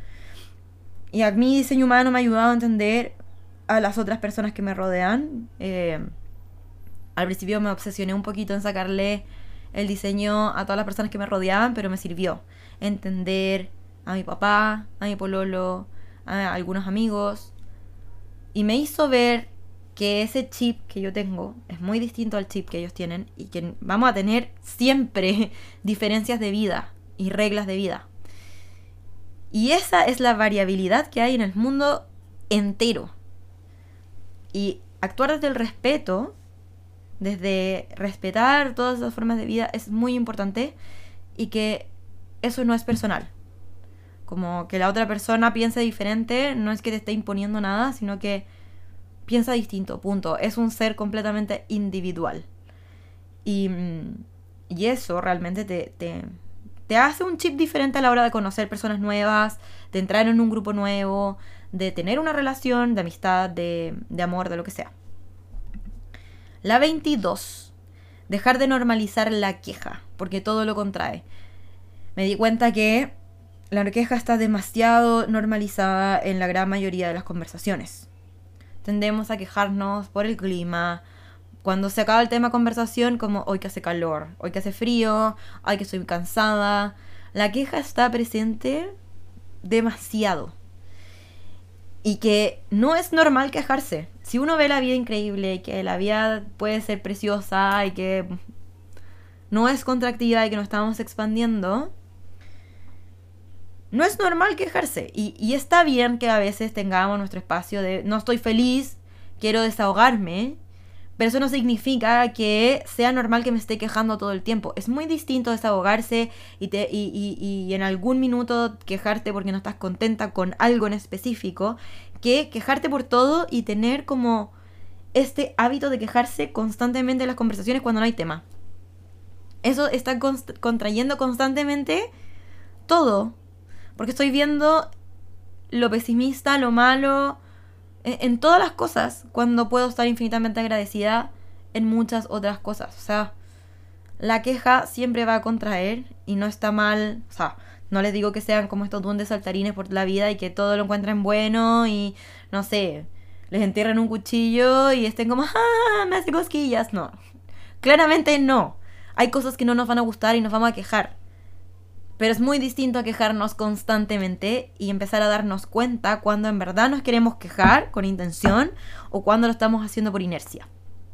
S1: Y a mi diseño humano me ha ayudado a entender a las otras personas que me rodean. Eh, al principio me obsesioné un poquito en sacarle el diseño a todas las personas que me rodeaban, pero me sirvió entender a mi papá, a mi pololo, a algunos amigos. Y me hizo ver que ese chip que yo tengo es muy distinto al chip que ellos tienen y que vamos a tener siempre diferencias de vida y reglas de vida. Y esa es la variabilidad que hay en el mundo entero. Y actuar desde el respeto, desde respetar todas esas formas de vida, es muy importante. Y que eso no es personal. Como que la otra persona piense diferente, no es que te esté imponiendo nada, sino que piensa distinto, punto. Es un ser completamente individual. Y, y eso realmente te... te Te hace un chip diferente a la hora de conocer personas nuevas, de entrar en un grupo nuevo, de tener una relación de amistad, de, de amor, de lo que sea. La veintidós. Dejar de normalizar la queja, porque todo lo contrae. Me di cuenta que la queja está demasiado normalizada en la gran mayoría de las conversaciones. Tendemos a quejarnos por el clima. Cuando se acaba el tema conversación, como hoy que hace calor, hoy que hace frío, hoy que estoy cansada. La queja está presente demasiado. Y que no es normal quejarse. Si uno ve la vida increíble y que la vida puede ser preciosa y que no es contractiva y que nos estamos expandiendo, no es normal quejarse. Y, y está bien que a veces tengamos nuestro espacio de no estoy feliz, quiero desahogarme. Pero eso no significa que sea normal que me esté quejando todo el tiempo. Es muy distinto desahogarse y, te, y, y, y en algún minuto quejarte porque no estás contenta con algo en específico, que quejarte por todo y tener como este hábito de quejarse constantemente en las conversaciones cuando no hay tema. Eso está const- contrayendo constantemente todo. Porque estoy viendo lo pesimista, lo malo... en todas las cosas, cuando puedo estar infinitamente agradecida en muchas otras cosas. O sea, la queja siempre va a contraer y no está mal. O sea, no les digo que sean como estos duendes saltarines por la vida y que todo lo encuentren bueno y, no sé, les entierren un cuchillo y estén como, ¡ah! Me hace cosquillas. No, claramente no. Hay cosas que no nos van a gustar y nos vamos a quejar. Pero es muy distinto a quejarnos constantemente y empezar a darnos cuenta cuando en verdad nos queremos quejar con intención o cuando lo estamos haciendo por inercia.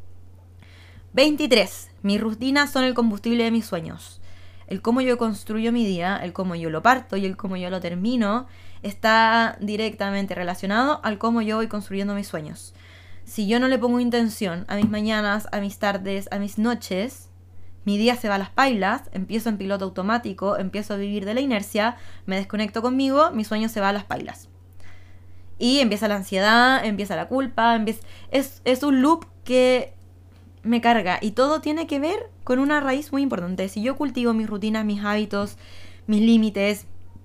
S1: veintitrés. Mis rutinas son el combustible de mis sueños. El cómo yo construyo mi día, el cómo yo lo parto y el cómo yo lo termino está directamente relacionado al cómo yo voy construyendo mis sueños. si yo no le pongo intención a mis mañanas, a mis tardes, a mis noches, mi día se va a las pailas, empiezo en piloto automático, empiezo a vivir de la inercia, me desconecto conmigo, mi sueño se va a las pailas. Y empieza la ansiedad, empieza la culpa, empieza... Es, es un loop que me carga. Y todo tiene que ver con una raíz muy importante. Si yo cultivo mis rutinas, mis hábitos, mis límites,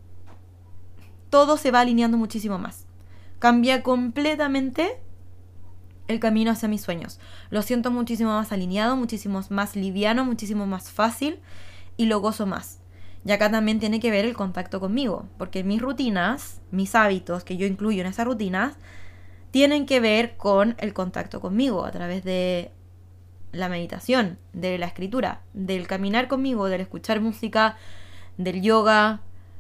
S1: todo se va alineando muchísimo más. Cambia completamente el camino hacia mis sueños. Lo siento muchísimo más alineado, muchísimo más liviano, muchísimo más fácil y lo gozo más. Y acá también tiene que ver el contacto conmigo, porque mis rutinas, mis hábitos que yo incluyo en esas rutinas, tienen que ver con el contacto conmigo a través de la meditación, de la escritura, del caminar conmigo, del escuchar música, del yoga,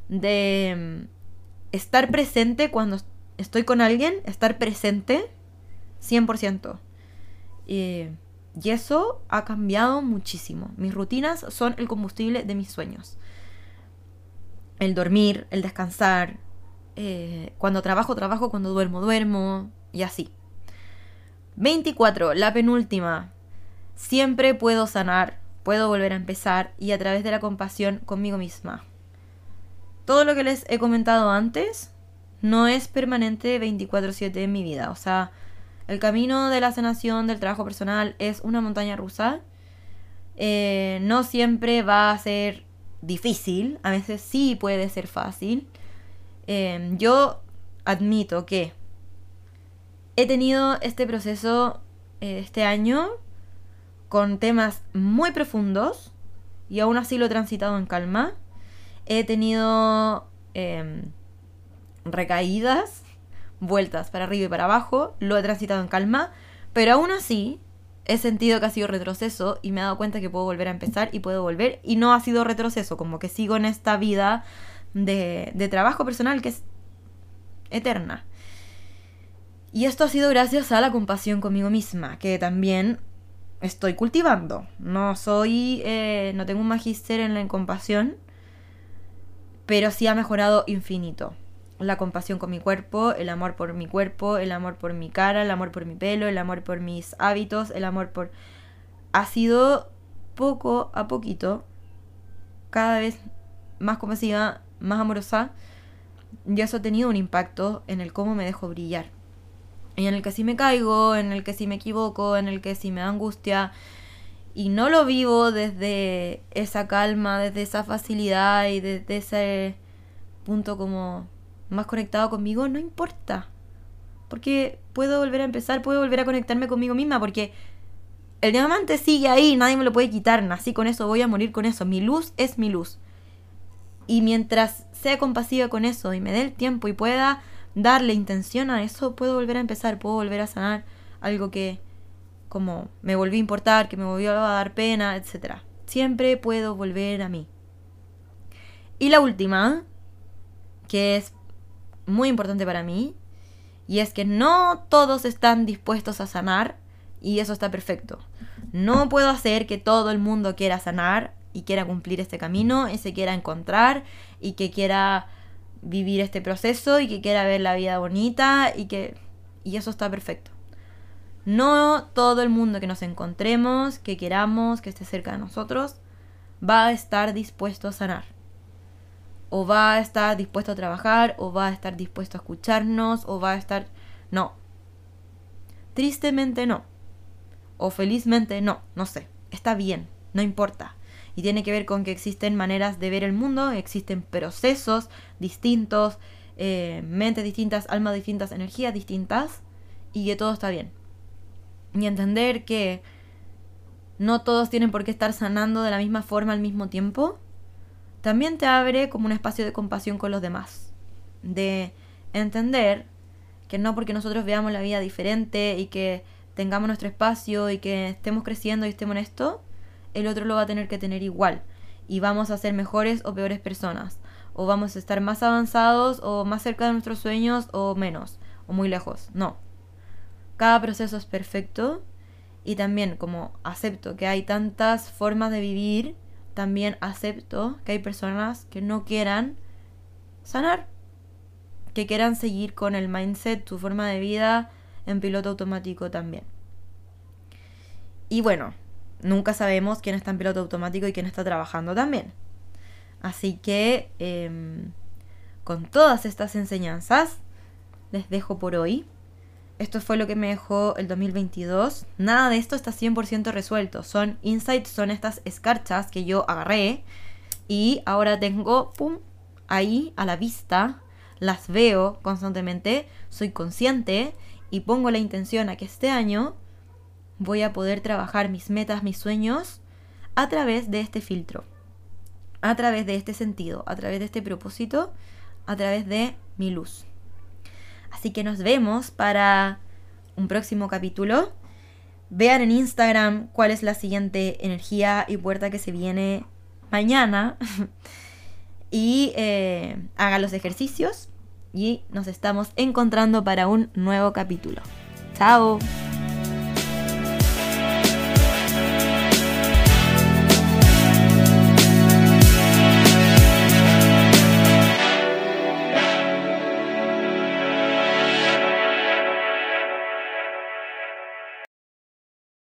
S1: de estar presente cuando estoy con alguien, estar presente cien por ciento. Y, y eso ha cambiado muchísimo. Mis rutinas son el combustible de mis sueños. El dormir, el descansar, eh, cuando trabajo, trabajo, cuando duermo, duermo, y así. veinticuatro, la penúltima. Siempre puedo sanar, puedo volver a empezar y a través de la compasión conmigo misma. Todo lo que les he comentado antes no es permanente veinticuatro siete en mi vida. O sea, el camino de la sanación, del trabajo personal es una montaña rusa. Eh, no siempre va a ser difícil, a veces sí puede ser fácil. Eh, yo admito que he tenido este proceso eh, este año con temas muy profundos y aún así lo he transitado en calma. He tenido eh, recaídas, vueltas para arriba y para abajo, lo he transitado en calma, pero aún así he sentido que ha sido retroceso y me he dado cuenta que puedo volver a empezar y puedo volver, y no ha sido retroceso, como que sigo en esta vida de, de trabajo personal que es eterna. Y esto ha sido gracias a la compasión conmigo misma, que también estoy cultivando. No soy, eh, no tengo un magíster en la compasión, pero sí ha mejorado infinito. La compasión con mi cuerpo, el amor por mi cuerpo, el amor por mi cara, el amor por mi pelo, el amor por mis hábitos, el amor por... Ha sido poco a poquito, cada vez más compasiva, más amorosa, y eso ha tenido un impacto en el cómo me dejo brillar. Y en el que sí me caigo, en el que sí me equivoco, en el que sí me da angustia, y no lo vivo desde esa calma, desde esa facilidad y desde ese punto como más conectado conmigo, no importa. Porque puedo volver a empezar, puedo volver a conectarme conmigo misma, porque el diamante sigue ahí, nadie me lo puede quitar, nací con eso, voy a morir con eso, mi luz es mi luz. Y mientras sea compasiva con eso y me dé el tiempo y pueda darle intención a eso, puedo volver a empezar, puedo volver a sanar algo que como me volvió a importar, que me volvió a dar pena, etcétera. Siempre puedo volver a mí. Y la última, que es muy importante para mí, y es que no todos están dispuestos a sanar, y eso está perfecto. No puedo hacer que todo el mundo quiera sanar y quiera cumplir este camino y se quiera encontrar y que quiera vivir este proceso y que quiera ver la vida bonita y que y eso está perfecto. No todo el mundo que nos encontremos, que queramos, que esté cerca de nosotros, va a estar dispuesto a sanar. O va a estar dispuesto a trabajar, o va a estar dispuesto a escucharnos, o va a estar... No. Tristemente no. O felizmente no, no sé. Está bien, no importa. Y tiene que ver con que existen maneras de ver el mundo, existen procesos distintos, eh, mentes distintas, almas distintas, energías distintas, y que todo está bien. Y entender que no todos tienen por qué estar sanando de la misma forma al mismo tiempo, también te abre como un espacio de compasión con los demás. De entender que no porque nosotros veamos la vida diferente y que tengamos nuestro espacio y que estemos creciendo y estemos en esto, el otro lo va a tener que tener igual. Y vamos a ser mejores o peores personas. O vamos a estar más avanzados o más cerca de nuestros sueños o menos. O muy lejos. No. Cada proceso es perfecto. Y también como acepto que hay tantas formas de vivir, también acepto que hay personas que no quieran sanar. Que quieran seguir con el mindset, su forma de vida en piloto automático también. Y bueno, nunca sabemos quién está en piloto automático y quién está trabajando también. Así que eh, con todas estas enseñanzas les dejo por hoy. Esto fue lo que me dejó el dos mil veintidós. Nada de esto está cien por ciento resuelto. Son insights, son estas escarchas que yo agarré y ahora tengo, pum, ahí a la vista. Las veo constantemente, soy consciente y pongo la intención a que este año voy a poder trabajar mis metas, mis sueños a través de este filtro, a través de este sentido, a través de este propósito, a través de mi luz. Así que nos vemos para un próximo capítulo. Vean en Instagram cuál es la siguiente energía y puerta que se viene mañana. Y eh, hagan los ejercicios. Y nos estamos encontrando para un nuevo capítulo. ¡Chao!